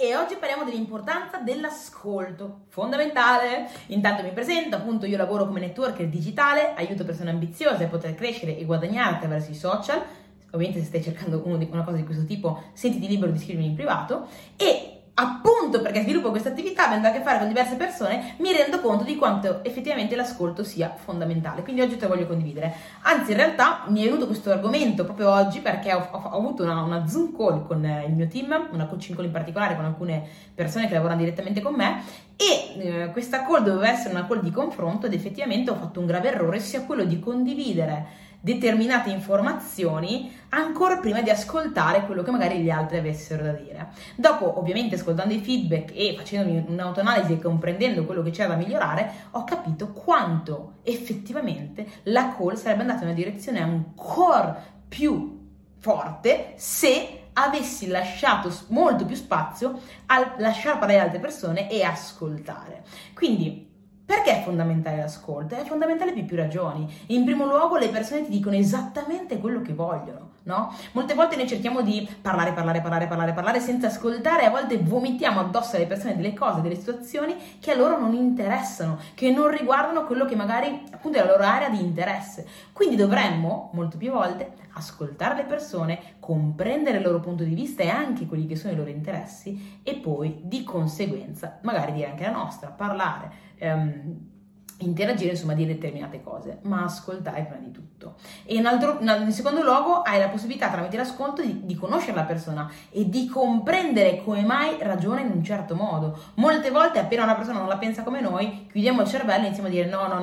e oggi parliamo dell'importanza dell'ascolto, fondamentale. Intanto mi presento, appunto io lavoro come networker digitale, aiuto persone ambiziose a poter crescere e guadagnare attraverso i social. Ovviamente se stai cercando una cosa di questo tipo, sentiti libero di scrivermi in privato e appunto perché sviluppo questa attività, avendo a che fare con diverse persone, mi rendo conto di quanto effettivamente l'ascolto sia fondamentale. Quindi oggi te lo voglio condividere. Anzi, in realtà mi è venuto questo argomento proprio oggi perché ho avuto una Zoom call con il mio team, una coaching call in particolare con alcune persone che lavorano direttamente con me e questa call doveva essere una call di confronto ed effettivamente ho fatto un grave errore, sia quello di condividere determinate informazioni ancora prima di ascoltare quello che magari gli altri avessero da dire. Dopo, ovviamente, ascoltando i feedback e facendomi un'autoanalisi e comprendendo quello che c'era da migliorare, ho capito quanto effettivamente la call sarebbe andata in una direzione ancora più forte se avessi lasciato molto più spazio al lasciare parlare altre persone e ascoltare. Quindi, perché è fondamentale l'ascolto? È fondamentale per più ragioni. In primo luogo le persone ti dicono esattamente quello che vogliono, no? Molte volte noi cerchiamo di parlare senza ascoltare e a volte vomitiamo addosso alle persone delle cose, delle situazioni che a loro non interessano, che non riguardano quello che magari appunto è la loro area di interesse. Quindi dovremmo, molto più volte, ascoltare le persone, comprendere il loro punto di vista e anche quelli che sono i loro interessi e poi di conseguenza magari dire anche la nostra, parlare, interagire insomma di determinate cose, ma ascoltare prima di tutto. E in secondo luogo hai la possibilità tramite l'ascolto di conoscere la persona e di comprendere come mai ragiona in un certo modo. Molte volte appena una persona non la pensa come noi, chiudiamo il cervello e iniziamo a dire no,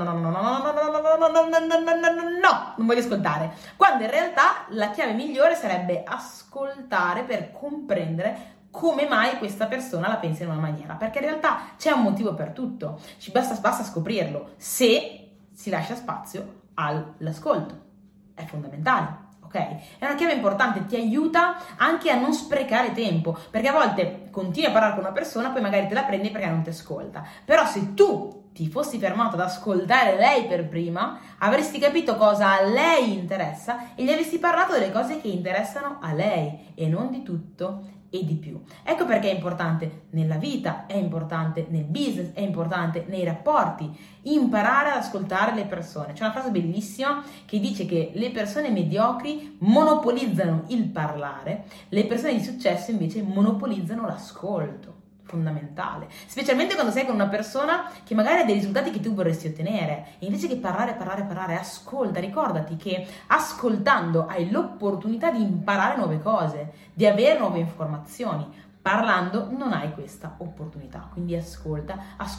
non voglio ascoltare, quando in realtà la chiave migliore sarebbe ascoltare per comprendere come mai questa persona la pensa in una maniera, perché in realtà c'è un motivo per tutto, ci basta scoprirlo se si lascia spazio all'ascolto, è fondamentale, ok? È una chiave importante, ti aiuta anche a non sprecare tempo, perché a volte continui a parlare con una persona, poi magari te la prendi perché non ti ascolta, però se tu ti fossi fermato ad ascoltare lei per prima, avresti capito cosa a lei interessa e gli avresti parlato delle cose che interessano a lei e non di tutto e di più. Ecco perché è importante nella vita, è importante nel business, è importante nei rapporti, imparare ad ascoltare le persone. C'è una frase bellissima che dice che le persone mediocri monopolizzano il parlare, le persone di successo invece monopolizzano l'ascolto. Fondamentale, specialmente quando sei con una persona che magari ha dei risultati che tu vorresti ottenere e invece che parlare, ascolta. Ricordati che ascoltando hai l'opportunità di imparare nuove cose, di avere nuove informazioni. Parlando non hai questa opportunità, quindi ascolta.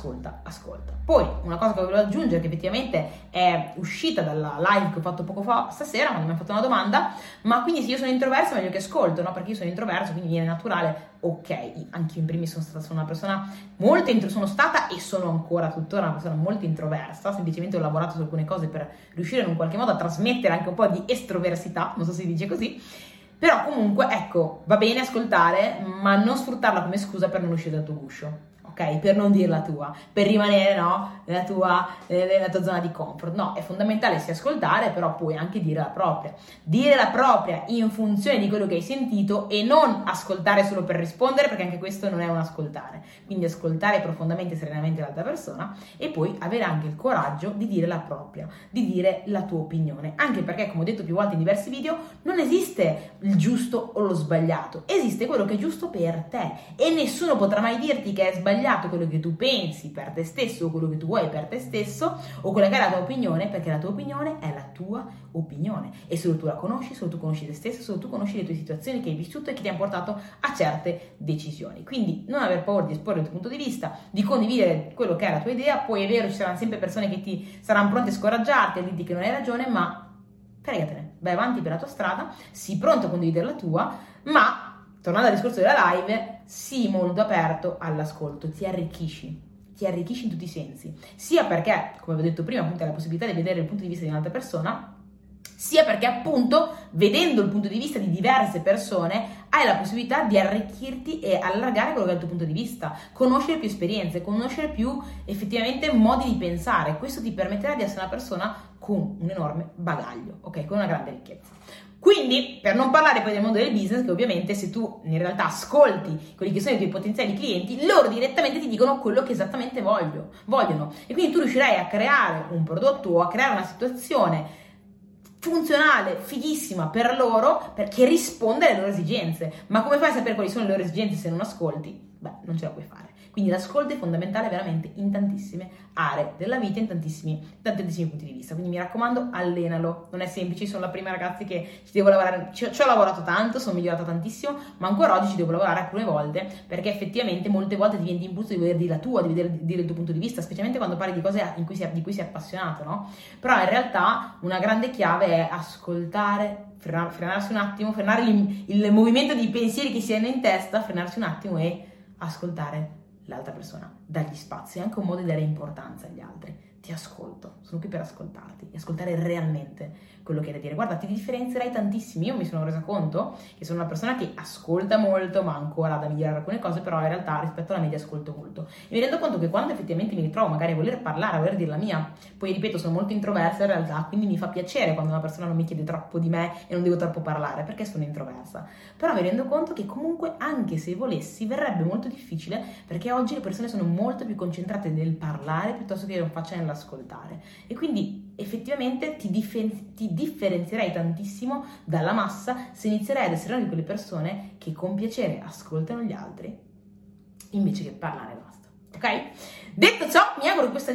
Poi una cosa che volevo aggiungere, che effettivamente è uscita dalla live che ho fatto poco fa stasera, quando mi ha fatto una domanda, ma quindi se io sono introverso meglio che ascolto, no? Perché io sono introverso, quindi viene naturale. Ok, anche io in primis sono una persona sono stata e sono ancora tuttora una persona molto introversa, semplicemente ho lavorato su alcune cose per riuscire in un qualche modo a trasmettere anche un po' di estroversità, non so se si dice così. Però comunque, ecco, va bene ascoltare, ma non sfruttarla come scusa per non uscire dal tuo guscio, ok? Per non dire la tua, per rimanere, no, nella tua zona di comfort. No, è fondamentale sì ascoltare, però puoi anche dire la propria. Dire la propria in funzione di quello che hai sentito e non ascoltare solo per rispondere, perché anche questo non è un ascoltare. Quindi ascoltare profondamente e serenamente l'altra persona e poi avere anche il coraggio di dire la propria, di dire la tua opinione. Anche perché, come ho detto più volte in diversi video, non esiste il giusto o lo sbagliato, esiste quello che è giusto per te e nessuno potrà mai dirti che è sbagliato quello che tu pensi per te stesso o quello che tu vuoi per te stesso o quella che è la tua opinione, perché la tua opinione è la tua opinione e solo tu la conosci, solo tu conosci te stesso, solo tu conosci le tue situazioni che hai vissuto e che ti hanno portato a certe decisioni. Quindi non aver paura di esporre il tuo punto di vista, di condividere quello che è la tua idea. Poi è vero, ci saranno sempre persone che ti saranno pronte a scoraggiarti, a dirti che non hai ragione, ma fregatene, vai avanti per la tua strada, sii pronto a condividere la tua, ma tornando al discorso della live, sii molto aperto all'ascolto, ti arricchisci in tutti i sensi, sia perché, come vi ho detto prima, appunto hai la possibilità di vedere il punto di vista di un'altra persona, sia perché appunto vedendo il punto di vista di diverse persone hai la possibilità di arricchirti e allargare quello che è il tuo punto di vista, conoscere più esperienze, conoscere più effettivamente modi di pensare. Questo ti permetterà di essere una persona con un enorme bagaglio, ok? Con una grande ricchezza. Quindi, per non parlare poi del mondo del business, che ovviamente se tu in realtà ascolti quelli che sono i tuoi potenziali clienti, loro direttamente ti dicono quello che esattamente vogliono. E quindi tu riuscirai a creare un prodotto o a creare una situazione funzionale, fighissima per loro, perché risponde alle loro esigenze. Ma come fai a sapere quali sono le loro esigenze se non ascolti? Beh, non ce la puoi fare. Quindi l'ascolto è fondamentale veramente in tantissime aree della vita, in tantissimi punti di vista. Quindi mi raccomando, allenalo. Non è semplice, sono la prima ragazzi che ci devo lavorare, ci ho lavorato tanto, sono migliorata tantissimo, ma ancora oggi ci devo lavorare alcune volte, perché effettivamente molte volte ti viene l'impulso di voler dire la tua, di dire il tuo punto di vista, specialmente quando parli di cose di cui sei appassionato, no? Però in realtà una grande chiave è ascoltare, frenarsi un attimo, frenare il movimento di pensieri che si hanno in testa, frenarsi un attimo e ascoltare l'altra persona, dargli spazio, è anche un modo di dare importanza agli altri. Ti ascolto, sono qui per ascoltarti e ascoltare realmente quello che hai da dire. Guarda, ti differenzierai tantissimo. Io mi sono resa conto che sono una persona che ascolta molto, ma ancora da migliorare alcune cose, però in realtà rispetto alla media ascolto molto. E mi rendo conto che quando effettivamente mi ritrovo magari a voler parlare, a voler dire la mia, poi ripeto, sono molto introversa in realtà, quindi mi fa piacere quando una persona non mi chiede troppo di me e non devo troppo parlare, perché sono introversa. Però mi rendo conto che comunque, anche se volessi, verrebbe molto difficile, perché oggi le persone sono molto più concentrate nel parlare piuttosto che non faccia nell'ascoltare. E quindi effettivamente ti differenzierai tantissimo dalla massa se inizierai ad essere una di quelle persone che con piacere ascoltano gli altri invece che parlare basta. Ok? Detto ciò, mi auguro che questo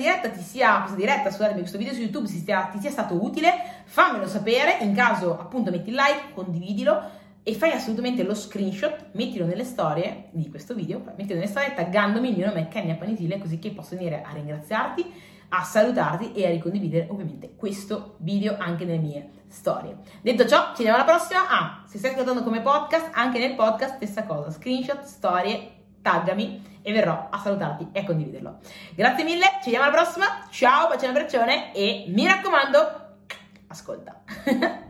video su YouTube ti sia stato utile. Fammelo sapere, in caso appunto metti il like, condividilo e fai assolutamente lo screenshot, mettilo nelle storie di questo video, mettilo nelle storie taggandomi, il mio nome è Kenya Panisile, così che posso venire a ringraziarti, a salutarti e a ricondividere ovviamente questo video anche nelle mie storie. Detto ciò, ci vediamo alla prossima. Se stai ascoltando come podcast, anche nel podcast stessa cosa, screenshot, storie, taggami e verrò a salutarti e a condividerlo. Grazie mille, ci vediamo alla prossima, ciao, bacione, abbraccione e mi raccomando, ascolta.